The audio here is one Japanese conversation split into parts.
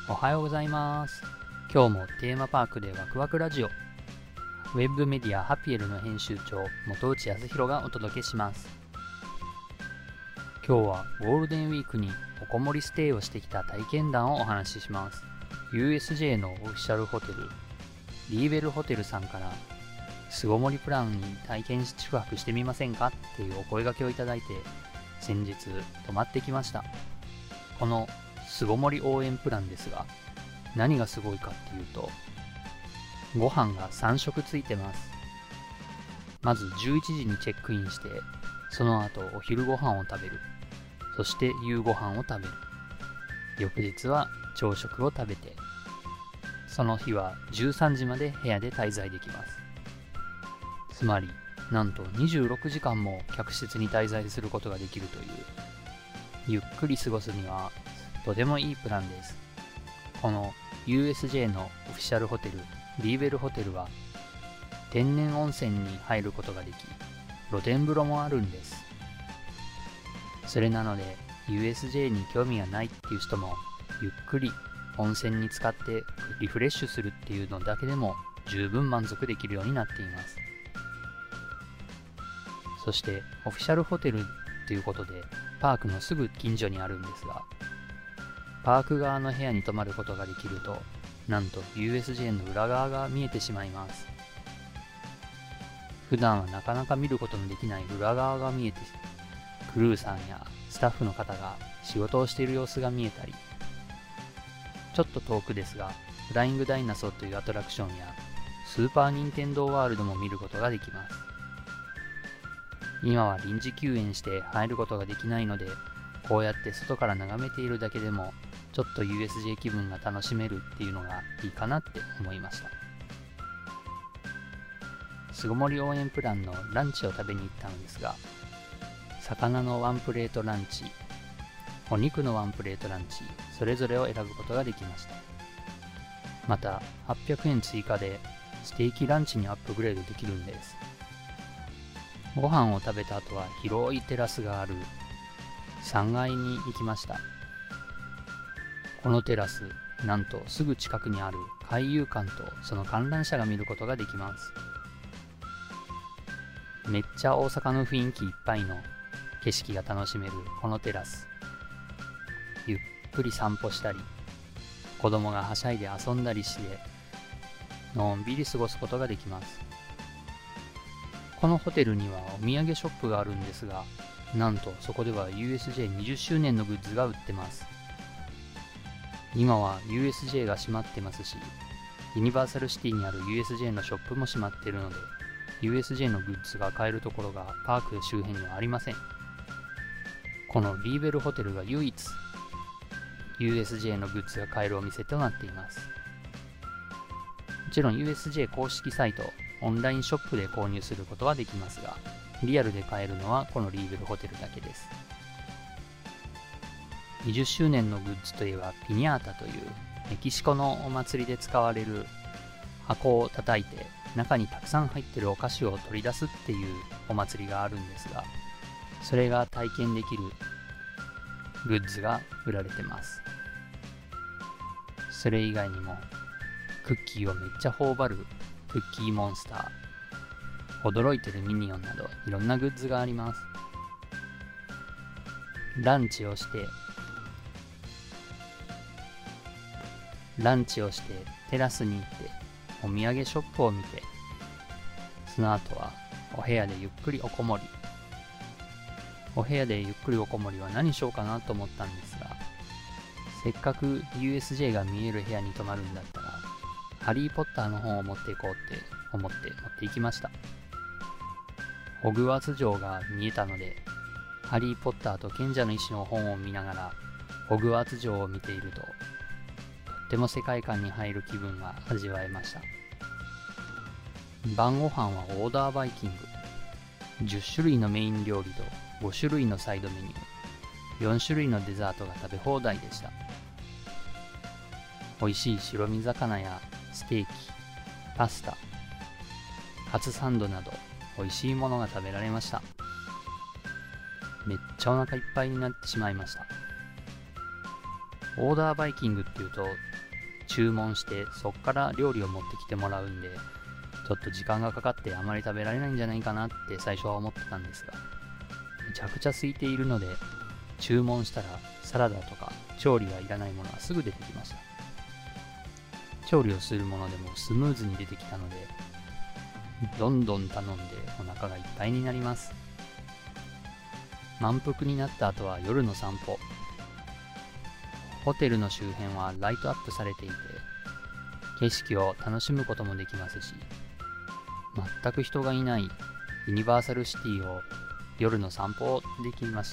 おはようございます。今日もテーマパークでワクワクラジオ、ウェブメディアハピエルの編集長本内康弘がお届けします。今日はゴールデンウィークにおこもりステイをしてきた体験談をお話しします。 USJ のオフィシャルホテルリーベルホテルさんから巣ごもりプランに体験宿泊してみませんかっていうお声掛けをいただいて、先日泊まってきました。この巣ごもり応援プランですが、何がすごいかっていうと、ご飯が3食ついてます。まず11時にチェックインして、その後お昼ご飯を食べる。そして夕ご飯を食べる。翌日は朝食を食べて、その日は13時まで部屋で滞在できます。つまり、なんと26時間も客室に滞在することができるという、ゆっくり過ごすにはとてもいいプランです。この USJ のオフィシャルホテルリーベルホテルは天然温泉に入ることができ、露天風呂もあるんです。それなので USJ に興味がないっていう人もゆっくり温泉に浸かってリフレッシュするっていうのだけでも十分満足できるようになっています。そしてオフィシャルホテルということでパークのすぐ近所にあるんですが、パーク側の部屋に泊まることができると、なんと USJ の裏側が見えてしまいます。普段はなかなか見ることのできない裏側が見えて、クルーさんやスタッフの方が仕事をしている様子が見えたり、ちょっと遠くですが、フライングダイナソーというアトラクションやスーパーニンテンドーワールドも見ることができます。今は臨時休園して入ることができないので、こうやって外から眺めているだけでもちょっと USJ 気分が楽しめるっていうのがいいかなって思いました。巣ごもり応援プランのランチを食べに行ったのですが、魚のワンプレートランチ、お肉のワンプレートランチ、それぞれを選ぶことができました。また800円追加でステーキランチにアップグレードできるんです。ご飯を食べた後は広いテラスがある3階に行きました。このテラス、なんとすぐ近くにある海遊館とその観覧車が見ることができます。めっちゃ大阪の雰囲気いっぱいの景色が楽しめるこのテラス。ゆっくり散歩したり、子供がはしゃいで遊んだりして、のんびり過ごすことができます。このホテルにはお土産ショップがあるんですが、なんとそこでは USJ20 周年のグッズが売ってます。今は USJ が閉まってますし、ユニバーサルシティにある USJ のショップも閉まっているので、USJ のグッズが買えるところがパーク周辺にはありません。このリーベルホテルが唯一 USJ のグッズが買えるお店となっています。もちろん USJ 公式サイト、オンラインショップで購入することはできますが、リアルで買えるのはこのリーベルホテルだけです。20周年のグッズといえばピニャータというメキシコのお祭りで使われる箱を叩いて中にたくさん入っているお菓子を取り出すっていうお祭りがあるんですが、それが体験できるグッズが売られてます。それ以外にもクッキーをめっちゃ頬張るクッキーモンスター、驚いてるミニオンなどいろんなグッズがあります。ランチをしてテラスに行ってお土産ショップを見て、その後はお部屋でゆっくりおこもり。お部屋でゆっくりおこもりは何しようかなと思ったんですが、せっかく USJ が見える部屋に泊まるんだったらハリーポッターの本を持っていこうって思って持っていきました。ホグワーツ城が見えたので、ハリーポッターと賢者の石の本を見ながらホグワーツ城を見ていると、とっても世界観に入る気分が味わえました。晩ご飯はオーダーバイキング。10種類のメイン料理と5種類のサイドメニュー、4種類のデザートが食べ放題でした。美味しい白身魚やステーキ、パスタ、カツサンドなど美味しいものが食べられました。めっちゃお腹いっぱいになってしまいました。 オーダーバイキングっていうと注文してそっから料理を持ってきてもらうんで、ちょっと時間がかかってあまり食べられないんじゃないかなって最初は思ってたんですが、めちゃくちゃ空いているので、注文したらサラダとか調理がいらないものはすぐ出てきました。調理をするものでもスムーズに出てきたので、どんどん頼んでお腹がいっぱいになります。満腹になった後は夜の散歩。ホテルの周辺はライトアップされていて、景色を楽しむこともできますし、全く人がいないユニバーサルシティを夜の散歩できました。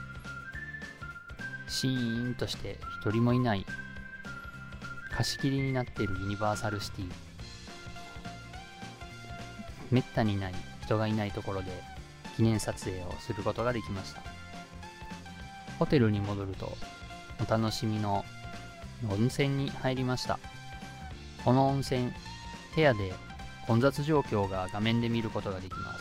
シーンとして一人もいない貸し切りになっているユニバーサルシティ。めったにない人がいないところで記念撮影をすることができました。ホテルに戻るとお楽しみの温泉に入りました。この温泉、部屋で混雑状況が画面で見ることができます。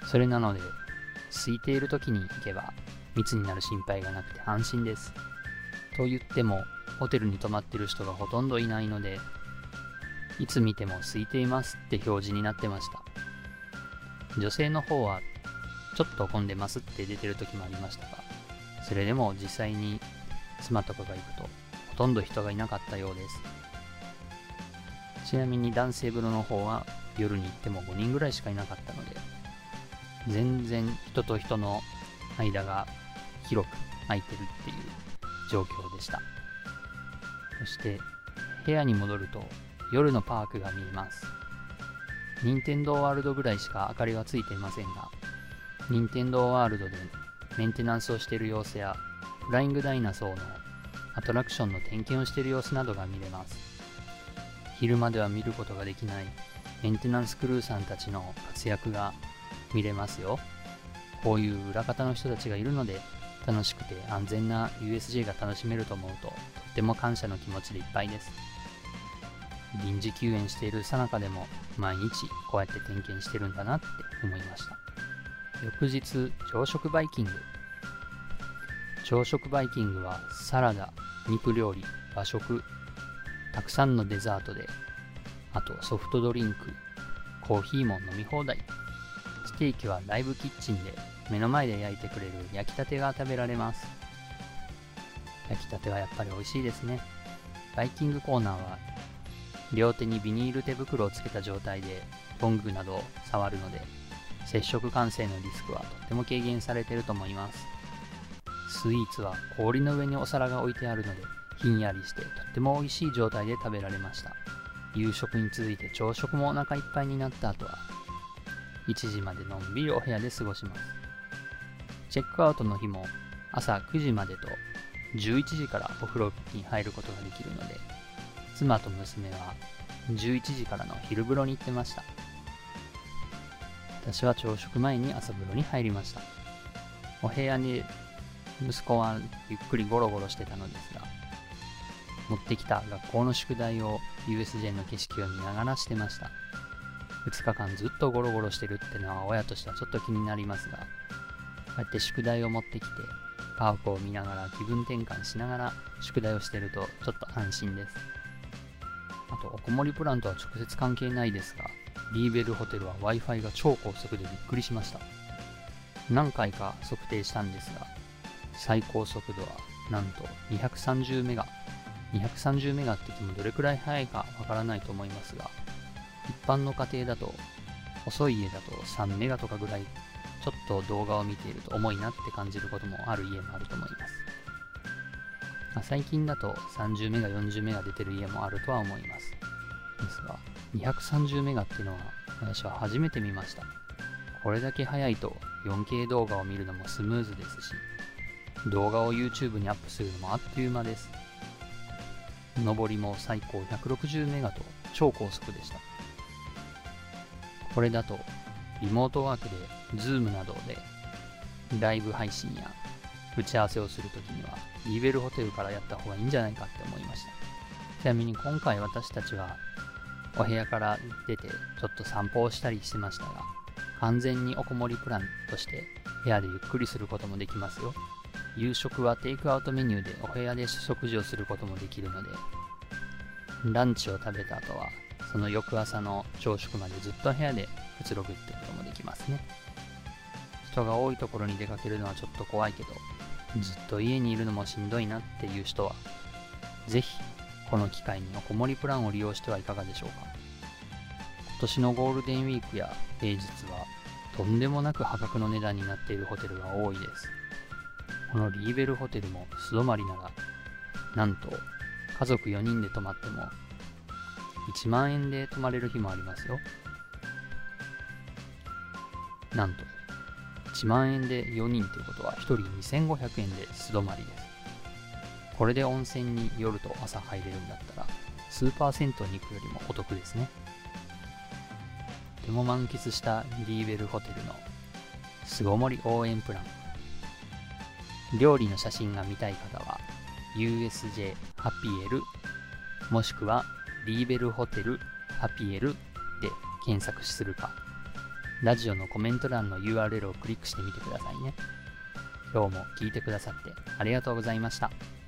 それなので、空いている時に行けば密になる心配がなくて安心です。と言っても、ホテルに泊まっている人がほとんどいないので、いつ見ても空いていますって表示になってました。女性の方はちょっと混んでますって出てる時もありましたが、それでも実際に妻とかが行くとほとんど人がいなかったようです。ちなみに男性風呂の方は夜に行っても5人ぐらいしかいなかったので、全然人と人の間が広く空いてるっていう状況でした。そして部屋に戻ると夜のパークが見えます。任天堂ワールドぐらいしか明かりはついていませんが、任天堂ワールドでメンテナンスをしている様子やフライングダイナソーのアトラクションの点検をしている様子などが見れます。昼間では見ることができないメンテナンスクルーさんたちの活躍が見れますよ。こういう裏方の人たちがいるので、楽しくて安全な USJ が楽しめると思うと、とっても感謝の気持ちでいっぱいです。臨時休園している最中でも毎日こうやって点検してるんだなって思いました。翌日、朝食バイキング。朝食バイキングはサラダ、肉料理、和食、たくさんのデザートで、あとソフトドリンク、コーヒーも飲み放題。ステーキはライブキッチンで目の前で焼いてくれる焼きたてが食べられます。焼きたてはやっぱり美味しいですね。バイキングコーナーは両手にビニール手袋をつけた状態でトングなどを触るので、接触感染のリスクはとっても軽減されていると思います。スイーツは氷の上にお皿が置いてあるので、ひんやりしてとっても美味しい状態で食べられました。夕食に続いて朝食もお腹いっぱいになった後は、1時までのんびりお部屋で過ごします。チェックアウトの日も朝9時までと11時からお風呂に入ることができるので、妻と娘は11時からの昼風呂に行ってました。私は朝食前に朝風呂に入りました。お部屋に息子はゆっくりゴロゴロしてたのですが、持ってきた学校の宿題を USJ の景色を見ながらしてました。2日間ずっとゴロゴロしてるってのは親としてはちょっと気になりますが、こうやって宿題を持ってきてパークを見ながら気分転換しながら宿題をしてるとちょっと安心です。あとおこもりプランとは直接関係ないですが、リーベルホテルは Wi-Fi が超高速でびっくりしました。何回か測定したんですが、最高速度はなんと230メガ。230メガって言ってもどれくらい速いかわからないと思いますが、一般の家庭だと、遅い家だと3メガとかぐらい、ちょっと動画を見ていると重いなって感じることもある家もあると思います。最近だと30メガ、40メガ出てる家もあるとは思います。ですが、230メガっていうのは私は初めて見ました。これだけ速いと 4K 動画を見るのもスムーズですし、動画を YouTube にアップするのもあっという間です。上りも最高160メガと超高速でした。これだとリモートワークで Zoom などでライブ配信や打ち合わせをするときにはリーベルホテルからやった方がいいんじゃないかって思いました。ちなみに今回私たちはお部屋から出てちょっと散歩をしたりしてましたが、完全におこもりプランとして部屋でゆっくりすることもできますよ。 夕食はテイクアウトメニューでお部屋で食事をすることもできるので、ランチを食べた後はその翌朝の朝食までずっと部屋でくつろぐってこともできますね。人が多いところに出かけるのはちょっと怖いけど、ずっと家にいるのもしんどいなっていう人は、ぜひこの機会におこもりプランを利用してはいかがでしょうか。今年のゴールデンウィークや平日はとんでもなく破格の値段になっているホテルが多いです。このリーベルホテルも素泊まりなら、なんと家族4人で泊まっても1万円で泊まれる日もありますよ。なんと1万円で4人ということは1人2500円で素泊まりです。これで温泉に夜と朝入れるんだったらスーパー銭湯に行くよりもお得ですね。とても満喫したリーベルホテルの巣ごもり応援プラン。料理の写真が見たい方は USJ ハピエルもしくはリーベルホテルハピエルで検索するか、ラジオのコメント欄の URL をクリックしてみてくださいね。今日も聞いてくださってありがとうございました。